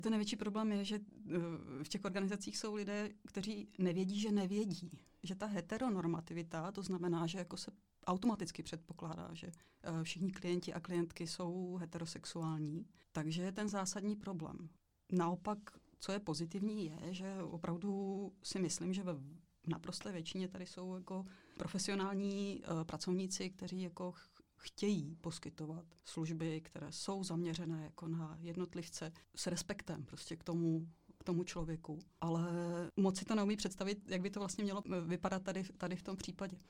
Ten největší problém je, že v těch organizacích jsou lidé, kteří nevědí, že nevědí. Že ta heteronormativita, to znamená, že jako se automaticky předpokládá, že všichni klienti a klientky jsou heterosexuální. Takže je ten zásadní problém. Naopak, co je pozitivní, je, že opravdu si myslím, že v naprosté většině tady jsou jako profesionální pracovníci, kteří jako chtějí poskytovat služby, které jsou zaměřené jako na jednotlivce s respektem prostě k tomu člověku. Ale moc si to neumí představit, jak by to vlastně mělo vypadat tady v tom případě.